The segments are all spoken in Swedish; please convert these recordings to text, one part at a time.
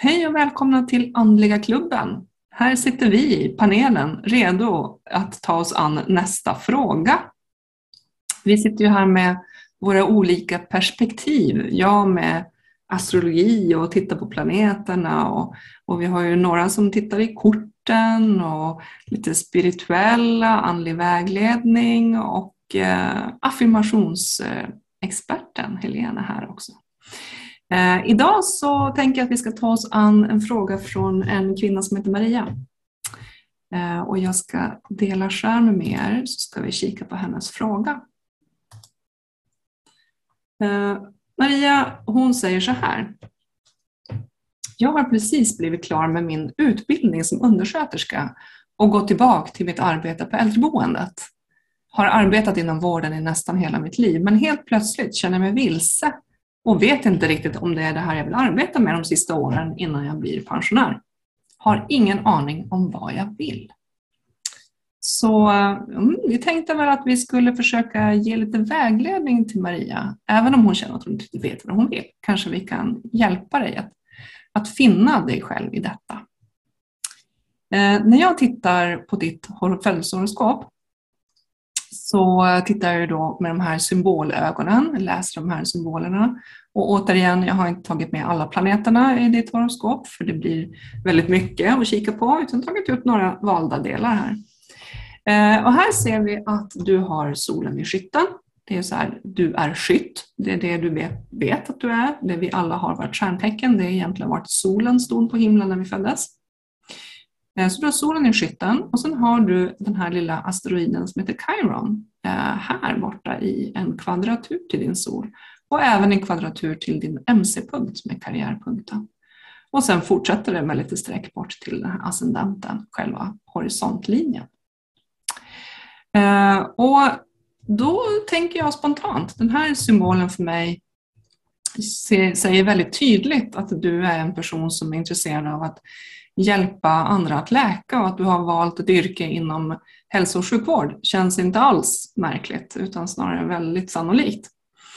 Hej och välkomna till Andliga klubben. Här sitter vi i panelen redo att ta oss an nästa fråga. Vi sitter ju här med våra olika perspektiv. Jag med astrologi och tittar på planeterna och vi har ju några som tittar i korten och lite spirituella, andlig vägledning och affirmationsexperten Helena här också. Idag så tänker jag att vi ska ta oss an en fråga från en kvinna som heter Maria. Och jag ska dela skärmen med er så ska vi kika på hennes fråga. Maria, hon säger så här. Jag har precis blivit klar med min utbildning som undersköterska och gått tillbaka till mitt arbete på äldreboendet. Har arbetat inom vården i nästan hela mitt liv, men helt plötsligt känner jag mig vilse och vet inte riktigt om det är det här jag vill arbeta med de sista åren innan jag blir pensionär. Har ingen aning om vad jag vill. Så vi tänkte väl att vi skulle försöka ge lite vägledning till Maria. Även om hon känner att hon inte vet vad hon vill. Kanske vi kan hjälpa dig att finna dig själv i detta. När jag tittar på ditt födelsehoroskop så tittar jag då med de här symbolögonen, läser de här symbolerna. Och återigen, jag har inte tagit med alla planeterna i ditt horoskop för det blir väldigt mycket att kika på, utan tagit ut några valda delar här. Och här ser vi att du har solen i skytten. Det är så här, du är skytt, det är det du vet att du är. Det vi alla har varit stjärntecken, det är egentligen varit solen stod på himlen när vi föddes. Så du har solen i skytten och sen har du den här lilla asteroiden som heter Chiron här borta i en kvadratur till din sol och även en kvadratur till din MC-punkt som är karriärpunkten. Och sen fortsätter det med lite streck bort till den här ascendenten, själva horisontlinjen. Och då tänker jag spontant, den här symbolen för mig säger väldigt tydligt att du är en person som är intresserad av att hjälpa andra att läka och att du har valt ett yrke inom hälso- och sjukvård känns inte alls märkligt utan snarare väldigt sannolikt.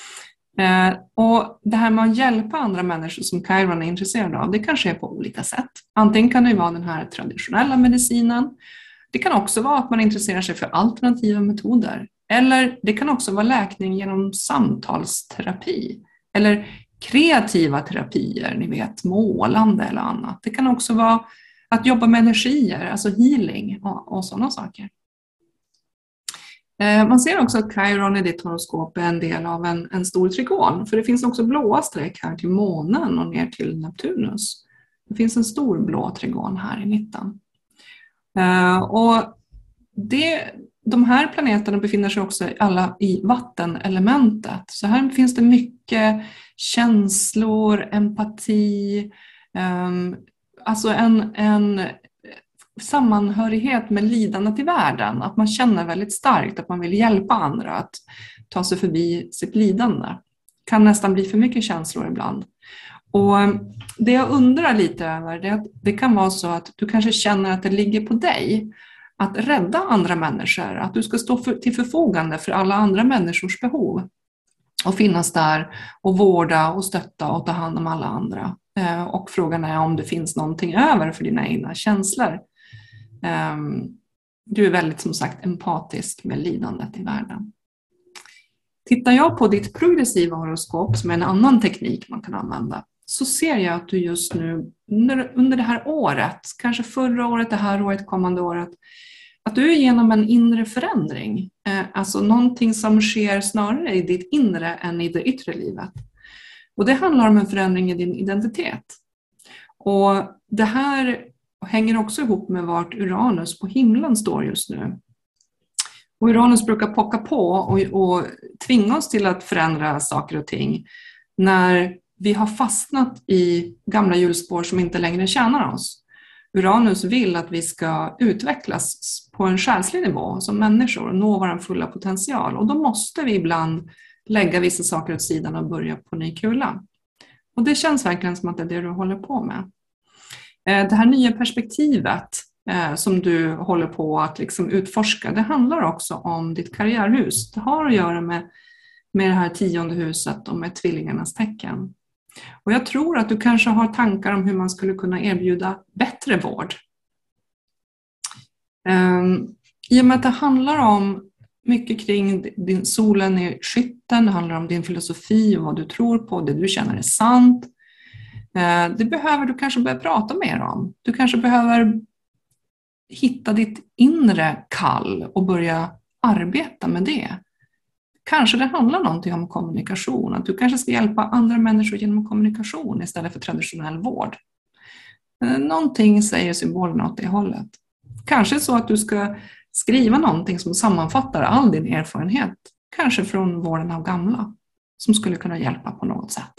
Och det här med att hjälpa andra människor som Chiron är intresserad av, det kan ske på olika sätt. Antingen kan det vara den här traditionella medicinen. Det kan också vara att man intresserar sig för alternativa metoder. Eller det kan också vara läkning genom samtalsterapi. Eller kreativa terapier, ni vet, målande eller annat. Det kan också vara att jobba med energier, alltså healing och sådana saker. Man ser också att Chiron i ditt horoskop är en del av en stor trigon. För det finns också blåa streck här till månen och ner till Neptunus. Det finns en stor blå trigon här i mitten. Och de här planeterna befinner sig också alla i vattenelementet. Så här finns det mycket känslor, empati, alltså en sammanhörighet med lidandet i världen. Att man känner väldigt starkt att man vill hjälpa andra att ta sig förbi sitt lidande. Kan nästan bli för mycket känslor ibland. Och det jag undrar lite över är att det kan vara så att du kanske känner att det ligger på dig att rädda andra människor, att du ska stå till förfogande för alla andra människors behov och finnas där och vårda och stötta och ta hand om alla andra. Och frågan är om det finns någonting över för dina egna känslor. Du är väldigt som sagt empatisk med lidandet i världen. Tittar jag på ditt progressiva horoskop som är en annan teknik man kan använda så ser jag att du just nu under det här året, kanske förra året, det här året, kommande året, att du är genom en inre förändring. Alltså någonting som sker snarare i ditt inre än i det yttre livet. Och det handlar om en förändring i din identitet. Och det här hänger också ihop med vart Uranus på himlen står just nu. Och Uranus brukar pocka på och tvinga oss till att förändra saker och ting när vi har fastnat i gamla hjulspår som inte längre tjänar oss. Uranus vill att vi ska utvecklas på en själslig nivå som människor och nå vår fulla potential. Och då måste vi ibland lägga vissa saker åt sidan och börja på ny kula. Och det känns verkligen som att det är det du håller på med. Det här nya perspektivet som du håller på att liksom utforska, det handlar också om ditt karriärhus. Det har att göra med det här 10:e huset och med tvillingarnas tecken. Och jag tror att du kanske har tankar om hur man skulle kunna erbjuda bättre vård. I och med att det handlar om mycket kring din solen i skytten, det handlar om din filosofi och vad du tror på, det du känner är sant. Det behöver du kanske börja prata mer om. Du kanske behöver hitta ditt inre kall och börja arbeta med det. Kanske det handlar någonting om kommunikation, att du kanske ska hjälpa andra människor genom kommunikation istället för traditionell vård. Någonting säger symbolen åt det hållet. Kanske så att du ska skriva någonting som sammanfattar all din erfarenhet, kanske från vården av gamla, som skulle kunna hjälpa på något sätt.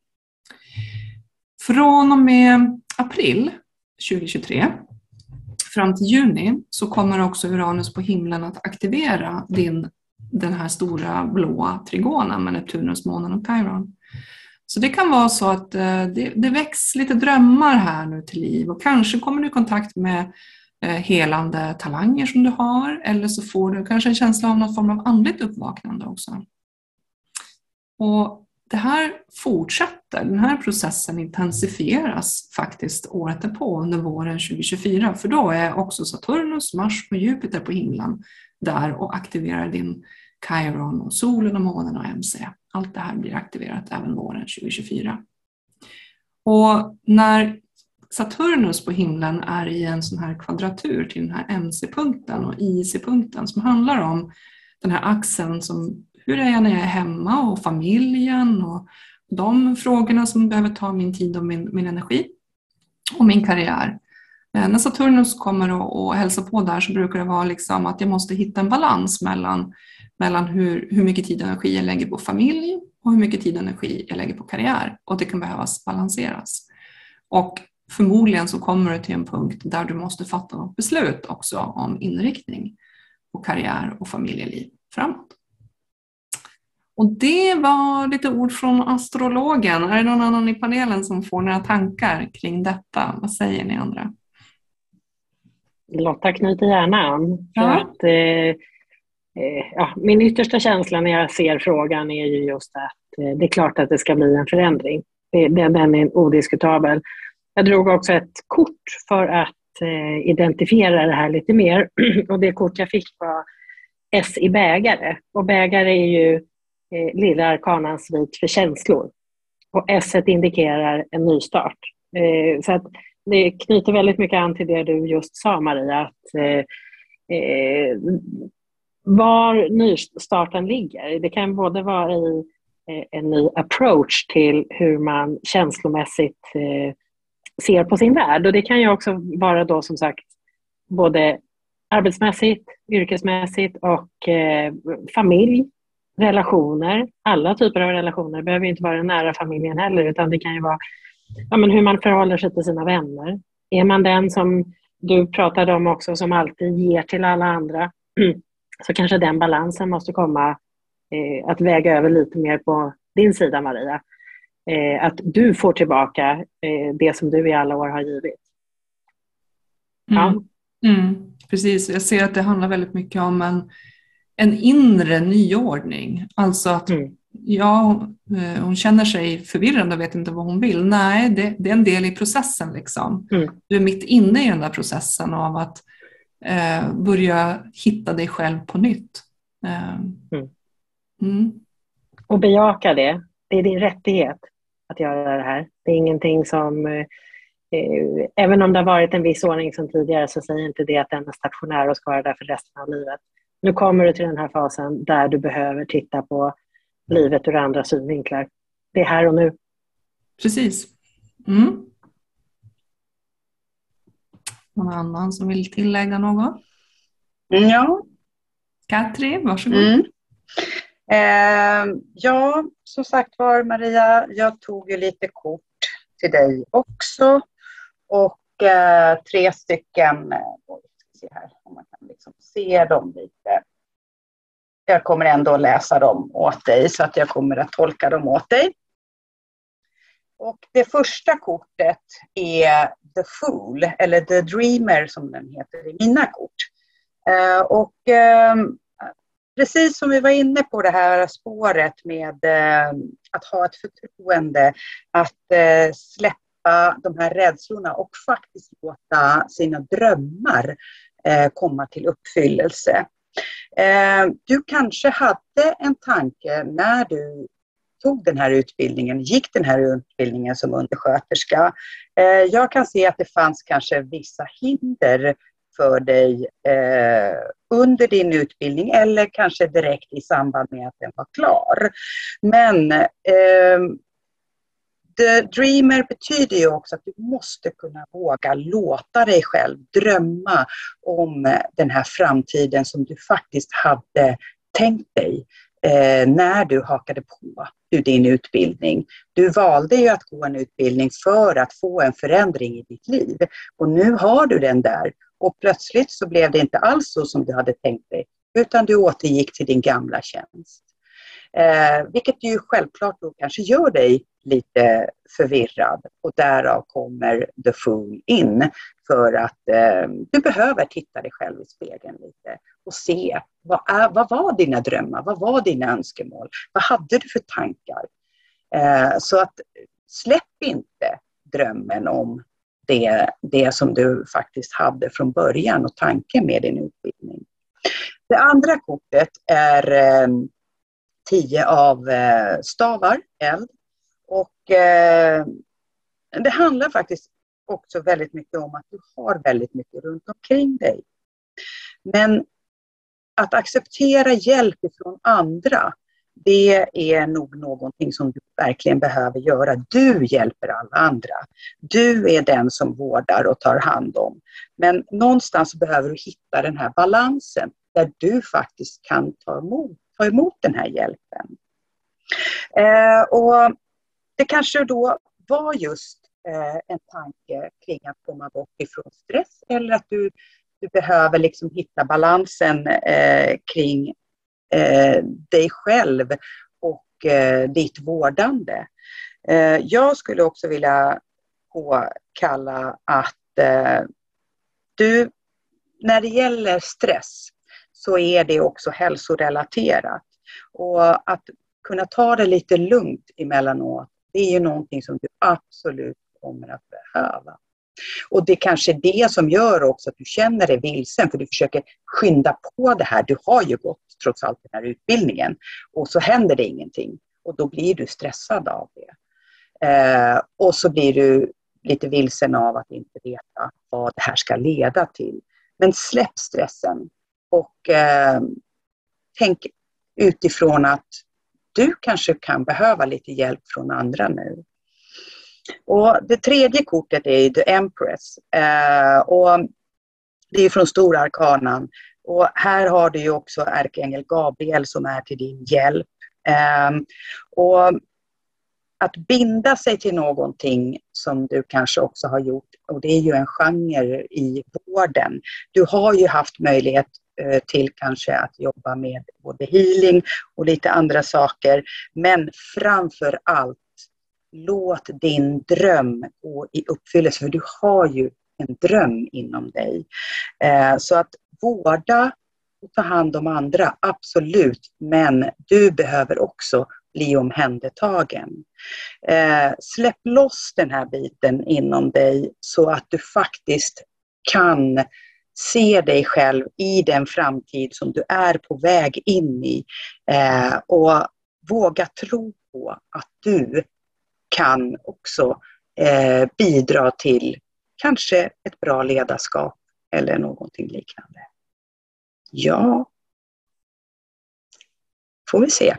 Från och med april 2023 fram till juni så kommer också Uranus på himlen att aktivera den här stora blåa trigonen med Neptunus, månen och Chiron. Så det kan vara så att det väcks lite drömmar här nu till liv, och kanske kommer du i kontakt med helande talanger som du har, eller så får du kanske en känsla av någon form av andligt uppvaknande också. Och det här fortsätter, den här processen intensifieras faktiskt året därpå under våren 2024, för då är också Saturnus, Mars och Jupiter på himlen där och aktiverar din Chiron och solen och månen och MC. Allt det här blir aktiverat även våren 2024. Och när Saturnus på himlen är i en sån här kvadratur till den här MC-punkten och IC-punkten som handlar om den här axeln som hur är jag när jag är hemma och familjen och de frågorna som behöver ta min tid och min energi och min karriär. När Saturnus kommer och hälsar på där så brukar det vara liksom att jag måste hitta en balans mellan hur mycket tid och energi jag lägger på familj och hur mycket tid och energi jag lägger på karriär. Och det kan behövas balanseras. Och förmodligen så kommer det till en punkt där du måste fatta något beslut också om inriktning på karriär och familjeliv framåt. Och det var lite ord från astrologen. Är det någon annan i panelen som får några tankar kring detta? Vad säger ni andra? Lotta knyter gärna an. Ja. Min yttersta känsla när jag ser frågan är ju just att det är klart att det ska bli en förändring. Den är odiskutabel. Jag drog också ett kort för att identifiera det här lite mer. Och det kort jag fick var S i bägare. Och bägare är ju lilla arkanans svit för känslor. Och S indikerar en nystart. Så att det knyter väldigt mycket an till det du just sa, Maria. Att var nystarten ligger. Det kan både vara i en ny approach till hur man känslomässigt ser på sin värld. Och det kan ju också vara då som sagt både arbetsmässigt, yrkesmässigt och familj, relationer. Alla typer av relationer. Det behöver inte vara den nära familjen heller, utan det kan ju vara hur man förhåller sig till sina vänner. Är man den som du pratade om också som alltid ger till alla andra, så kanske den balansen måste komma att väga över lite mer på din sida, Maria. Att du får tillbaka det som du i alla år har givit. Ja. Precis, jag ser att det handlar väldigt mycket om en inre nyordning. Alltså att hon känner sig förvirrad och vet inte vad hon vill. Nej, det är en del i processen liksom. Du är mitt inne i den där processen av att börja hitta dig själv på nytt. Och bejaka det. Det är din rättighet att göra det här. Det är ingenting som, även om det har varit en viss ordning som tidigare, så säger inte det att den är stationär och ska vara där för resten av livet. Nu kommer du till den här fasen där du behöver titta på livet ur andra synvinklar. Det är här och nu. Precis. Någon annan som vill tillägga något? Ja. Katri, varsågod. Ja, som sagt var, Maria, jag tog ju lite kort till dig också. Och 3 stycken, se här om man kan liksom se dem lite. Jag kommer ändå läsa dem åt dig, så att jag kommer att tolka dem åt dig. Och det första kortet är The Fool, eller The Dreamer som den heter i mina kort. precis som vi var inne på det här spåret med att ha ett förtroende, att släppa de här rädslorna och faktiskt låta sina drömmar komma till uppfyllelse. Du kanske hade en tanke när du tog den här utbildningen, gick den här utbildningen som undersköterska. Jag kan se att det fanns kanske vissa hinder för dig under din utbildning eller kanske direkt i samband med att den var klar. Men The Dreamer betyder ju också att du måste kunna våga låta dig själv drömma om den här framtiden som du faktiskt hade tänkt dig när du hakade på din utbildning. Du valde ju att gå en utbildning för att få en förändring i ditt liv. Och nu har du den där. Och plötsligt så blev det inte alls så som du hade tänkt dig. Utan du återgick till din gamla tjänst. Vilket ju självklart då kanske gör dig lite förvirrad. Och därav kommer The Fool in. För att du behöver titta dig själv i spegeln lite. Och se, vad var dina drömmar? Vad var dina önskemål? Vad hade du för tankar? Så att släpp inte drömmen om det som du faktiskt hade från början och tanken med din utbildning. Det andra kortet är 10 av stavar, eld. Och det handlar faktiskt också väldigt mycket om att du har väldigt mycket runt omkring dig. Men att acceptera hjälp från andra, det är nog någonting som du verkligen behöver göra. Du hjälper alla andra. Du är den som vårdar och tar hand om. Men någonstans behöver du hitta den här balansen där du faktiskt kan ta emot den här hjälpen. Och det kanske då var just en tanke kring att komma bort ifrån stress eller att du behöver liksom hitta balansen kring dig själv och ditt vårdande. Jag skulle också vilja påkalla att när det gäller stress så är det också hälsorelaterat. Och att kunna ta det lite lugnt emellanåt, det är ju någonting som du absolut kommer att behöva. Och det är kanske det som gör också att du känner dig vilsen, för du försöker skynda på det här. Du har ju gått trots allt den här utbildningen och så händer det ingenting. Och då blir du stressad av det. Och så blir du lite vilsen av att inte veta vad det här ska leda till. Men släpp stressen och tänk utifrån att du kanske kan behöva lite hjälp från andra nu. Och det tredje kortet är The Empress. Och det är från Stora Arkanan. Och här har du ju också ärkeängel Gabriel som är till din hjälp. Och att binda sig till någonting som du kanske också har gjort. Och det är ju en genre i vården. Du har ju haft möjlighet till kanske att jobba med både healing och lite andra saker. Men framför allt, låt din dröm gå i uppfyllelse. För du har ju en dröm inom dig. Så att vårda och ta hand om andra, absolut. Men du behöver också bli omhändertagen. Släpp loss den här biten inom dig så att du faktiskt kan se dig själv i den framtid som du är på väg in i. Och våga tro på att du kan också bidra till kanske ett bra ledarskap eller någonting liknande. Ja, får vi se.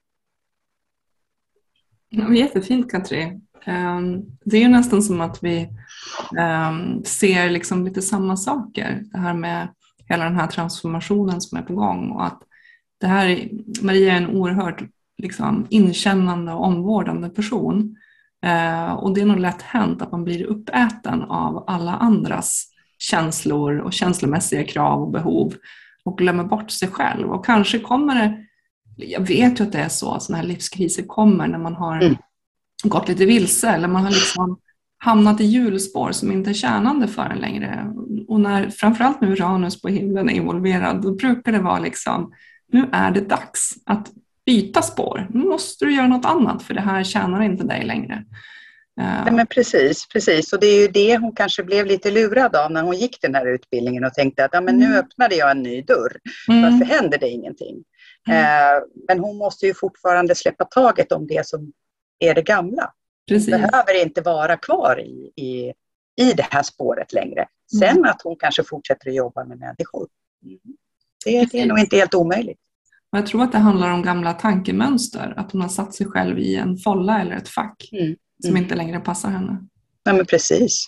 Jättefint, Katri. Det är ju nästan som att vi ser liksom lite samma saker. Det här med hela den här transformationen som är på gång. Och att det här, Maria är en oerhört liksom inkännande och omvårdande person. Och det är nog lätt hänt att man blir uppäten av alla andras känslor och känslomässiga krav och behov. Och glömmer bort sig själv. Och kanske kommer det, jag vet ju att det är så, att sådana här livskriser kommer när man har gått lite vilse. Eller man har liksom hamnat i hjulspår som inte är tjänande för en längre. Och när framförallt nu Uranus på himlen är involverad, då brukar det vara liksom nu är det dags att byta spår. Nu måste du göra något annat för det här tjänar inte dig längre. Ja, men precis. Och det är ju det hon kanske blev lite lurad av när hon gick den här utbildningen och tänkte att men nu öppnade jag en ny dörr. Varför händer det ingenting? Men hon måste ju fortfarande släppa taget om det som är det gamla. Hon behöver inte vara kvar i det här spåret längre. Sen att hon kanske fortsätter att jobba med människor. Det är nog inte helt omöjligt. Och jag tror att det handlar om gamla tankemönster. Att hon har satt sig själv i en folla eller ett fack som inte längre passar henne. Ja, men precis.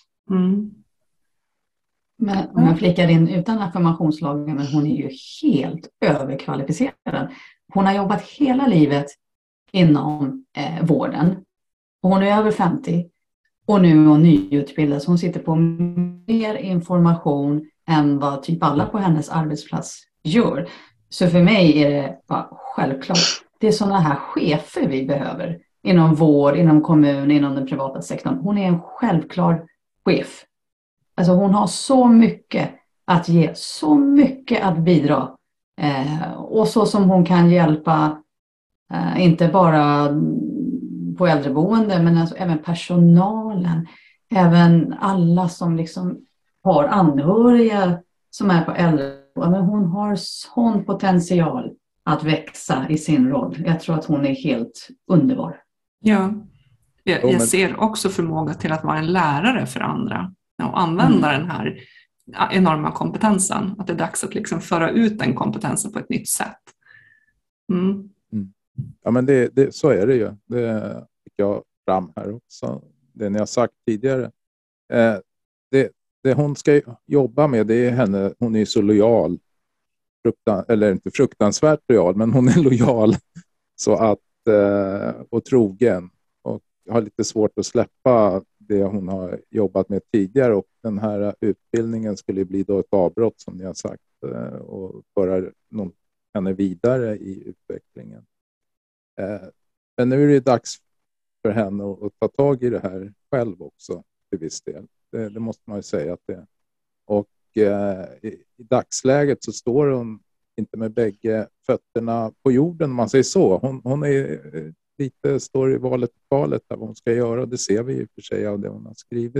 Men om jag flikar in utan affirmationslagen, men hon är ju helt överkvalificerad. Hon har jobbat hela livet inom vården. Och hon är över 50. Och nu är hon nyutbildad. Så hon sitter på mer information än vad typ alla på hennes arbetsplats gör. Så för mig är det bara självklart. Det är sådana här chefer vi behöver. Inom vård, inom kommun, inom den privata sektorn. Hon är en självklar chef. Alltså hon har så mycket att ge. Så mycket att bidra. Och så som hon kan hjälpa. Inte bara på äldreboende. Men alltså även personalen. Även alla som liksom har anhöriga som är på äldreboende. Men hon har sån potential att växa i sin roll. Jag tror att hon är helt underbar. Ja, jag ser också förmåga till att vara en lärare för andra och använda den här enorma kompetensen. Att det är dags att liksom föra ut den kompetensen på ett nytt sätt. Ja, men så är det ju. Det fick jag fram här också. Det ni har sagt tidigare. Det hon ska jobba med, det är henne. Hon är så lojal. Eller inte fruktansvärt lojal, men hon är lojal. Så att, och trogen. Och har lite svårt att släppa det hon har jobbat med tidigare. Och den här utbildningen skulle bli då ett avbrott som ni har sagt. Och föra henne vidare i utvecklingen. Men nu är det dags för henne att ta tag i det här själv också till viss del. Det måste man ju säga att det är. Och i dagsläget så står hon inte med bägge fötterna på jorden, om man säger så. Hon är lite, står i valet av vad hon ska göra, och det ser vi i och för sig av det hon har skrivit.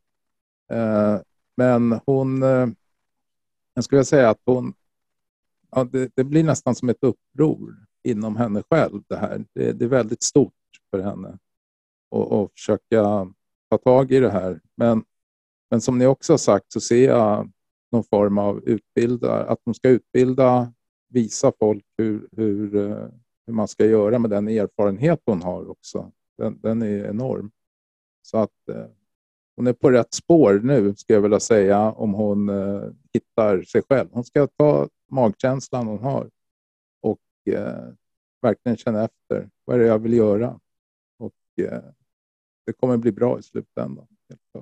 Men hon, jag skulle säga att hon, det blir nästan som ett uppror inom henne själv det här. Det är väldigt stort för henne att försöka ta tag i det här. Men som ni också har sagt så ser jag någon form av att de ska visa folk hur man ska göra med den erfarenhet hon har också. Den är enorm. Så att hon är på rätt spår nu, ska jag vilja säga, om hon hittar sig själv. Hon ska ta magkänslan hon har och verkligen känna efter vad är det jag vill göra. Och det kommer bli bra i slutändan. Helt klart.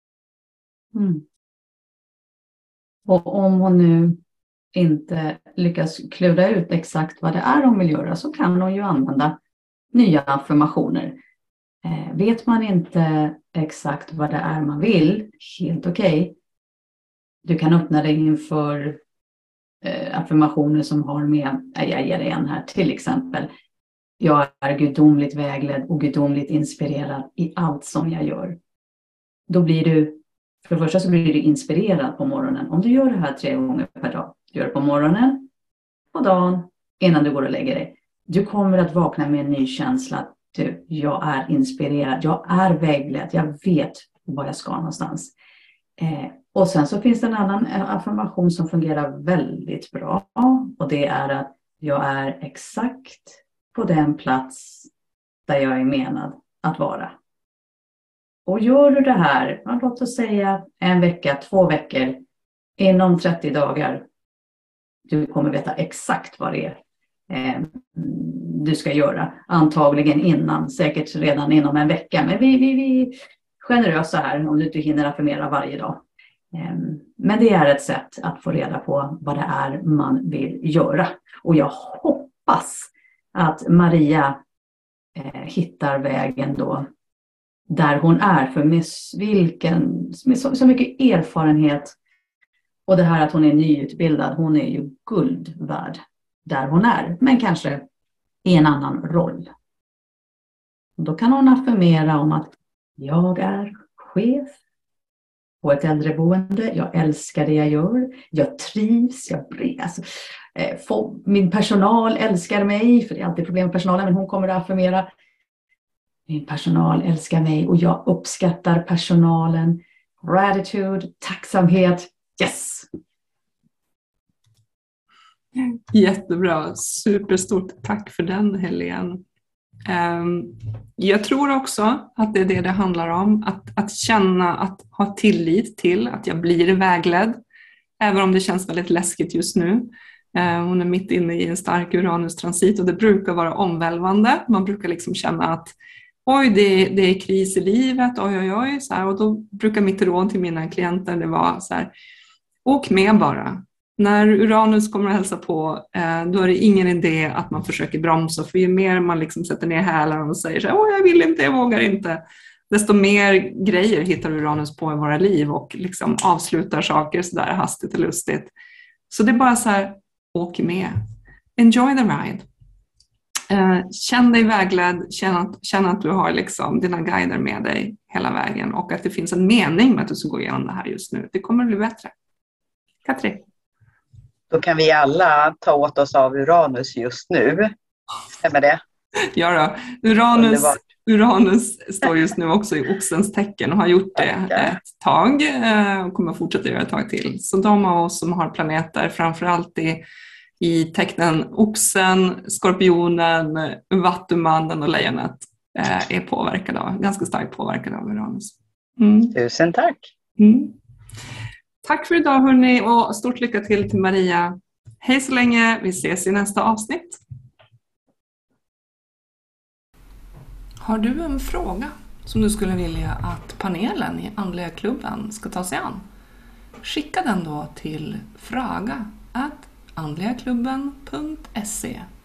Och om hon nu inte lyckas klura ut exakt vad det är hon vill göra, så kan hon ju använda nya affirmationer. Vet man inte exakt vad det är man vill, helt okej. Du kan öppna dig inför affirmationer som har med, jag ger dig en här till exempel. Jag är gudomligt vägledd och gudomligt inspirerad i allt som jag gör. Då blir du, för det första så blir du inspirerad på morgonen. Om du gör det här 3 gånger per dag. Du gör det på morgonen, på dagen, innan du går och lägger dig. Du kommer att vakna med en ny känsla. Jag är inspirerad, jag är vägledd, jag vet var jag ska någonstans. Och sen så finns det en annan affirmation som fungerar väldigt bra. Och det är att jag är exakt på den plats där jag är menad att vara. Och gör du det här, låt oss säga 1 vecka, 2 veckor, inom 30 dagar. Du kommer veta exakt vad det är du ska göra. Antagligen innan, säkert redan inom 1 vecka. Men vi är generösa här om du inte hinner affirmera varje dag. Men det är ett sätt att få reda på vad det är man vill göra. Och jag hoppas att Maria hittar vägen då där hon är. För med så mycket erfarenhet och det här att hon är nyutbildad, hon är ju guld värd. där hon är, men kanske i en annan roll. Då kan hon affirmera om att jag är chef på ett äldreboende, jag älskar det jag gör, jag trivs, min personal älskar mig, för det är alltid problem med personalen, men hon kommer att affirmera min personal älskar mig och jag uppskattar personalen. Gratitude, tacksamhet, yes! Jättebra, superstort tack för den, Helene. Jag tror också att det är det handlar om, att känna, att ha tillit till att jag blir vägledd, även om det känns väldigt läskigt just nu. Hon är mitt inne i en stark Uranus-transit och det brukar vara omvälvande. Man brukar liksom känna att oj, det är kris i livet, oj, så här. Och då brukar mitt råd till mina klienter det vara så här, åk med bara. När Uranus kommer att hälsa på, då är det ingen idé att man försöker bromsa. För ju mer man liksom sätter ner hälarna och säger så här, jag vill inte, jag vågar inte. Desto mer grejer hittar Uranus på i våra liv och liksom avslutar saker så där hastigt och lustigt. Så det är bara så här, åk med. Enjoy the ride. Känn dig vägledd, känn att du har liksom dina guider med dig hela vägen och att det finns en mening med att du ska gå igenom det här just nu. Det kommer att bli bättre. Katri? Då kan vi alla ta åt oss av Uranus just nu. Stämmer det? Ja då. Uranus står just nu också i Oxens tecken och har gjort det ett tag och kommer fortsätta göra ett tag till. Så de av oss som har planeter framförallt i tecknen Oxen, Skorpionen, Vattumannen och Lejonet är påverkade ganska starkt påverkade av Uranus. Tusen tack! Tack för idag hörni och stort lycka till Maria. Hej så länge, vi ses i nästa avsnitt. Har du en fråga som du skulle vilja att panelen i Andliga klubben ska ta sig an? Skicka den då till fraga@andligaklubben.se